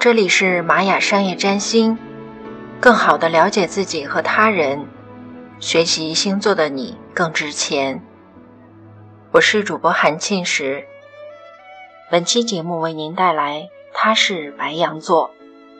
这里是玛雅商业占星，更好地了解自己和他人，学习星座的你更值钱。我是主播韩庆时，本期节目为您带来他是白羊座。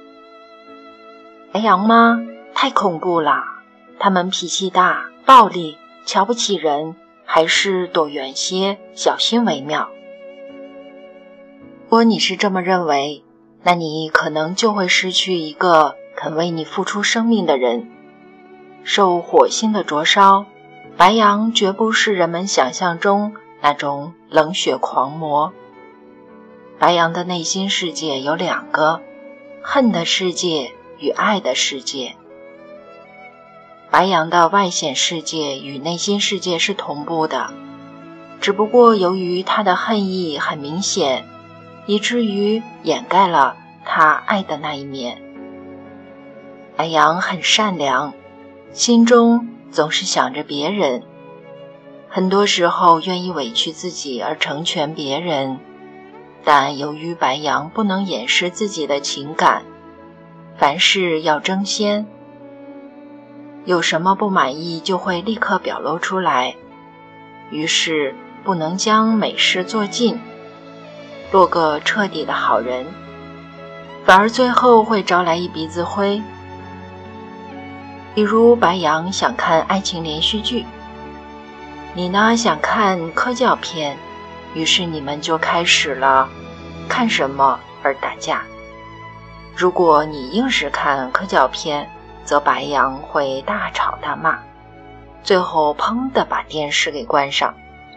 白羊吗？太恐怖了，他们脾气大、暴力、瞧不起人，还是躲远些，小心为妙。如果你是这么认为，那你可能就会失去一个肯为你付出生命的人。受火星的灼烧，白羊绝不是人们想象中那种冷血狂魔。白羊的内心世界有两个，恨的世界与爱的世界。白羊的外显世界与内心世界是同步的，只不过由于他的恨意很明显，以至于掩盖了他爱的那一面。白羊很善良，心中总是想着别人，很多时候愿意委屈自己而成全别人，但由于白羊不能掩饰自己的情感，凡事要争先，有什么不满意就会立刻表露出来，于是不能将美事做尽，做个彻底的好人，反而最后会招来一鼻子灰。比如白羊想看爱情连续剧，你呢想看科教片，于是你们就开始了看什么而打架。如果你硬是看科教片，则白羊会大吵大骂，最后砰地把电视给关上。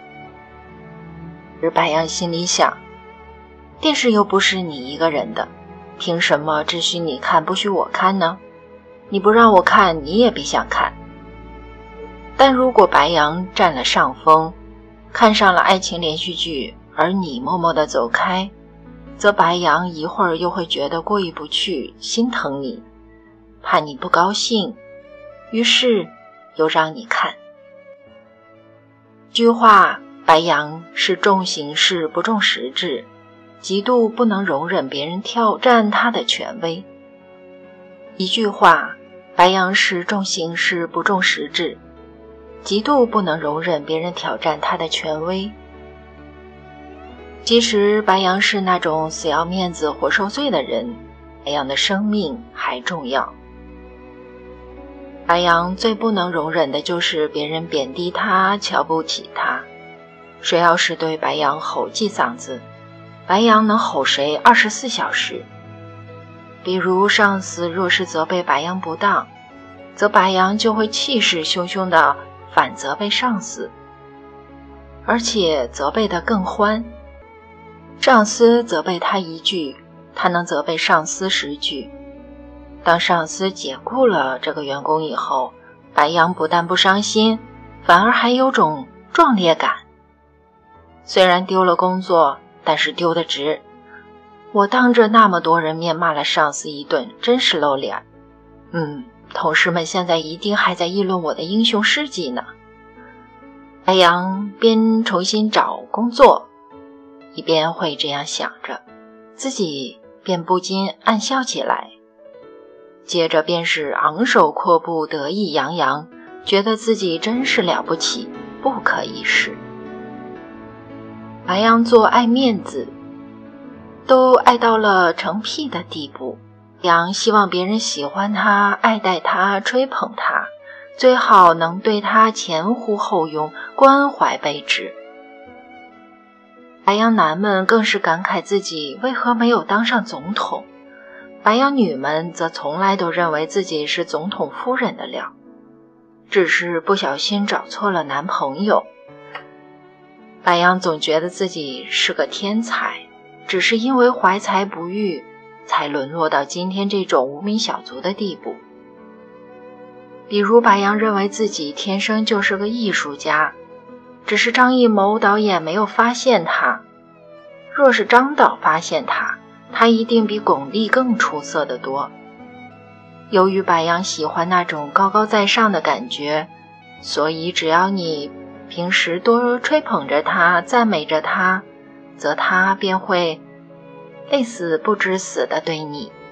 而白羊心里想，电视又不是你一个人的，凭什么只许你看不许我看呢？你不让我看，你也别想看。但如果白羊占了上风，看上了爱情连续剧，而你默默地走开，则白羊一会儿又会觉得过意不去，心疼你，怕你不高兴，于是又让你看。句话，白羊是重形式不重实质，极度不能容忍别人挑战他的权威。一句话，白羊是重形式不重实质，极度不能容忍别人挑战他的权威。其实白羊是那种死要面子活受罪的人，白羊的生命还重要。白羊最不能容忍的就是别人贬低他，瞧不起他。谁要是对白羊吼几嗓子，白羊能吼谁24小时。比如上司若是责备白羊不当，则白羊就会气势汹汹地反责备上司，而且责备得更欢。上司责备他一句，他能责备上司10句。当上司解雇了这个员工以后，白羊不但不伤心，反而还有种壮烈感。虽然丢了工作，但是丢得值。我当着那么多人面骂了上司一顿，真是露脸。同事们现在一定还在议论我的英雄事迹呢。白羊边重新找工作，一边会这样想着，自己便不禁暗笑起来。接着便是昂首阔步，得意洋洋，觉得自己真是了不起，不可一世。白羊座爱面子，都爱到了成癖的地步。白羊希望别人喜欢他，爱戴他，吹捧他，最好能对他前呼后拥，关怀备至。白羊男们更是感慨自己为何没有当上总统，白羊女们则从来都认为自己是总统夫人的料，只是不小心找错了男朋友。白羊总觉得自己是个天才，只是因为怀才不遇，才沦落到今天这种无名小卒的地步。比如白羊认为自己天生就是个艺术家，只是张艺谋导演没有发现他。若是张导发现他，他一定比巩俐更出色得多。由于白羊喜欢那种高高在上的感觉，所以只要你平时多吹捧着他，赞美着他，则他便会累死不知死地对你。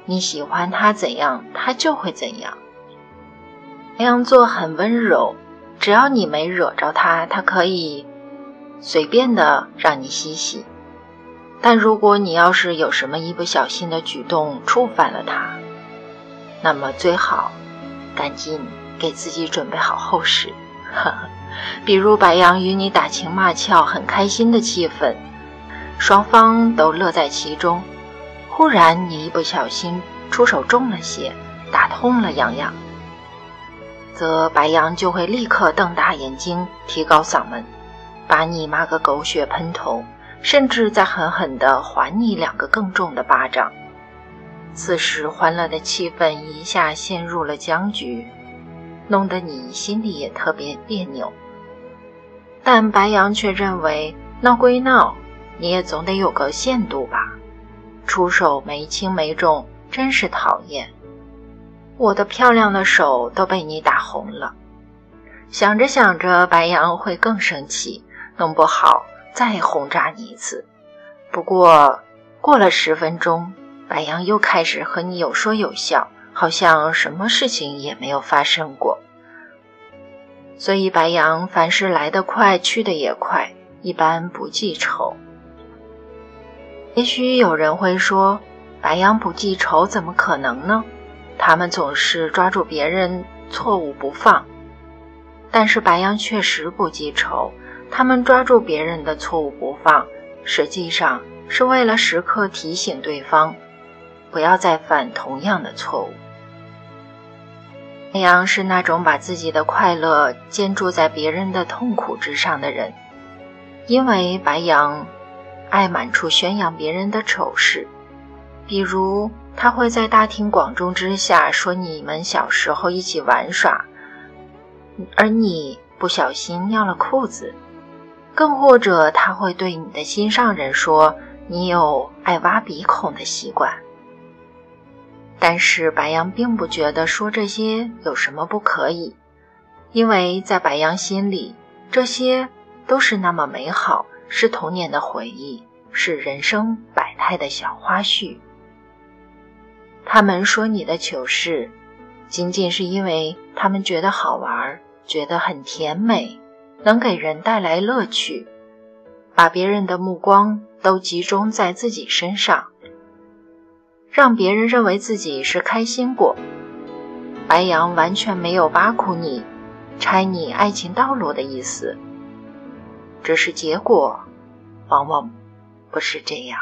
你喜欢他怎样，他就会怎样。白羊座很温柔，只要你没惹着他，他可以随便的让你嬉戏。但如果你要是有什么一不小心的举动触犯了他，那么最好赶紧给自己准备好后事。比如白羊与你打情骂俏，很开心的气氛，双方都乐在其中，忽然你一不小心出手重了些，打痛了洋洋，则白羊就会立刻瞪大眼睛，提高嗓门，把你骂个狗血喷头，甚至再狠狠地还你2个更重的巴掌。此时欢乐的气氛一下陷入了僵局，弄得你心里也特别别扭。但白羊却认为闹归闹，你也总得有个限度吧，出手没轻没重，真是讨厌。我的漂亮的手都被你打红了。想着想着，白羊会更生气，弄不好再轰炸你一次。不过过了10分钟，白羊又开始和你有说有笑，好像什么事情也没有发生过。所以白羊凡事来得快，去得也快，一般不记仇。也许有人会说，白羊不记仇怎么可能呢？他们总是抓住别人错误不放。但是白羊确实不记仇，他们抓住别人的错误不放，实际上是为了时刻提醒对方不要再犯同样的错误。白羊是那种把自己的快乐建筑在别人的痛苦之上的人，因为白羊爱满处宣扬别人的丑事，比如他会在大庭广众之下说你们小时候一起玩耍，而你不小心尿了裤子，更或者他会对你的心上人说你有爱挖鼻孔的习惯。但是白羊并不觉得说这些有什么不可以，因为在白羊心里，这些都是那么美好，是童年的回忆，是人生百态的小花絮。他们说你的糗事，仅仅是因为他们觉得好玩，觉得很甜美，能给人带来乐趣，把别人的目光都集中在自己身上，让别人认为自己是开心果。白羊完全没有挖苦你，拆你爱情道路的意思，只是结果往往不是这样。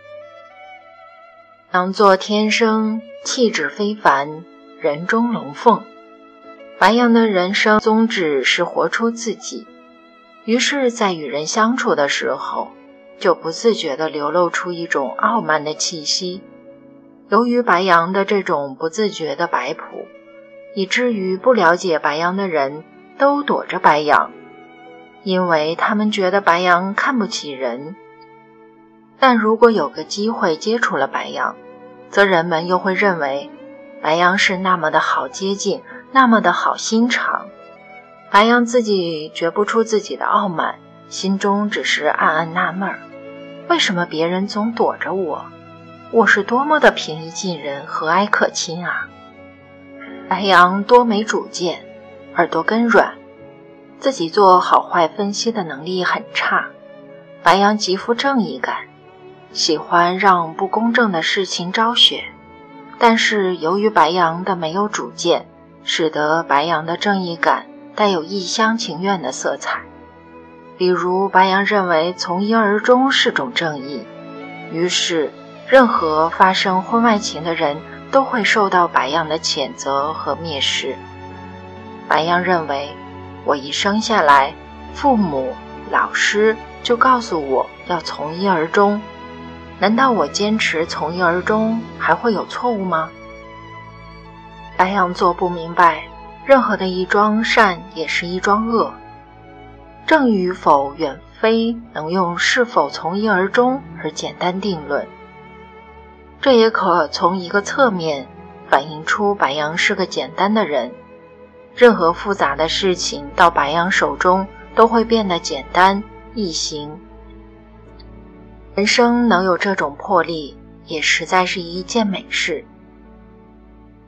羊座天生气质非凡，人中龙凤。白羊的人生宗旨是活出自己，于是在与人相处的时候，就不自觉地流露出一种傲慢的气息。由于白羊的这种不自觉的摆谱，以至于不了解白羊的人都躲着白羊，因为他们觉得白羊看不起人。但如果有个机会接触了白羊，则人们又会认为白羊是那么的好接近，那么的好心肠。白羊自己觉不出自己的傲慢，心中只是暗暗纳闷，为什么别人总躲着我？我是多么的平易近人，和蔼可亲啊！白羊多没主见，耳朵根软，自己做好坏分析的能力很差。白羊极富正义感，喜欢让不公正的事情昭雪，但是由于白羊的没有主见，使得白羊的正义感带有一厢情愿的色彩。比如白羊认为从一而终是种正义，于是任何发生婚外情的人都会受到白羊的谴责和蔑视。白羊认为，我一生下来，父母、老师就告诉我要从一而终，难道我坚持从一而终还会有错误吗？白羊座不明白，任何的一桩善也是一桩恶，正与否远非能用是否从一而终而简单定论。这也可从一个侧面反映出白羊是个简单的人，任何复杂的事情到白羊手中都会变得简单易行。人生能有这种魄力，也实在是一件美事。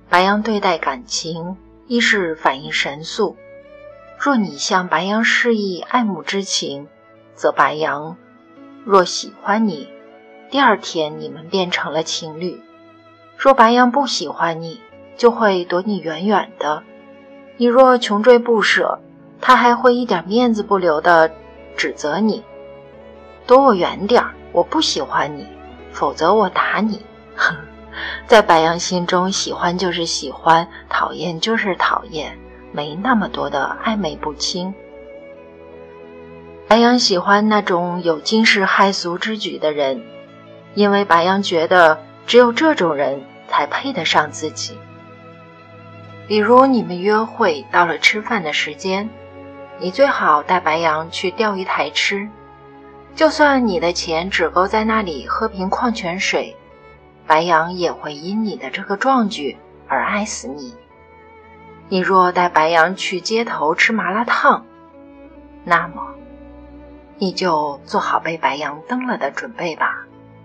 白羊对待感情，一是反应神速，若你向白羊示意爱慕之情，则白羊若喜欢你，第二天你们变成了情侣；若白羊不喜欢你，就会躲你远远的。你若穷追不舍，他还会一点面子不留地指责你，躲我远点，我不喜欢你，否则我打你。在白羊心中，喜欢就是喜欢，讨厌就是讨厌，没那么多的暧昧不清。白羊喜欢那种有惊世骇俗之举的人，因为白羊觉得只有这种人才配得上自己。比如你们约会到了吃饭的时间，你最好带白羊去钓鱼台吃，就算你的钱只够在那里喝瓶矿泉水，白羊也会因你的这个壮举而爱死你。你若带白羊去街头吃麻辣烫，那么你就做好被白羊蹬了的准备吧。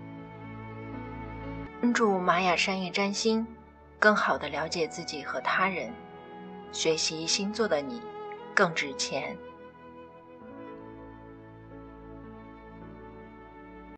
关注玛雅商业占星，更好地了解自己和他人，学习星座的你更值钱。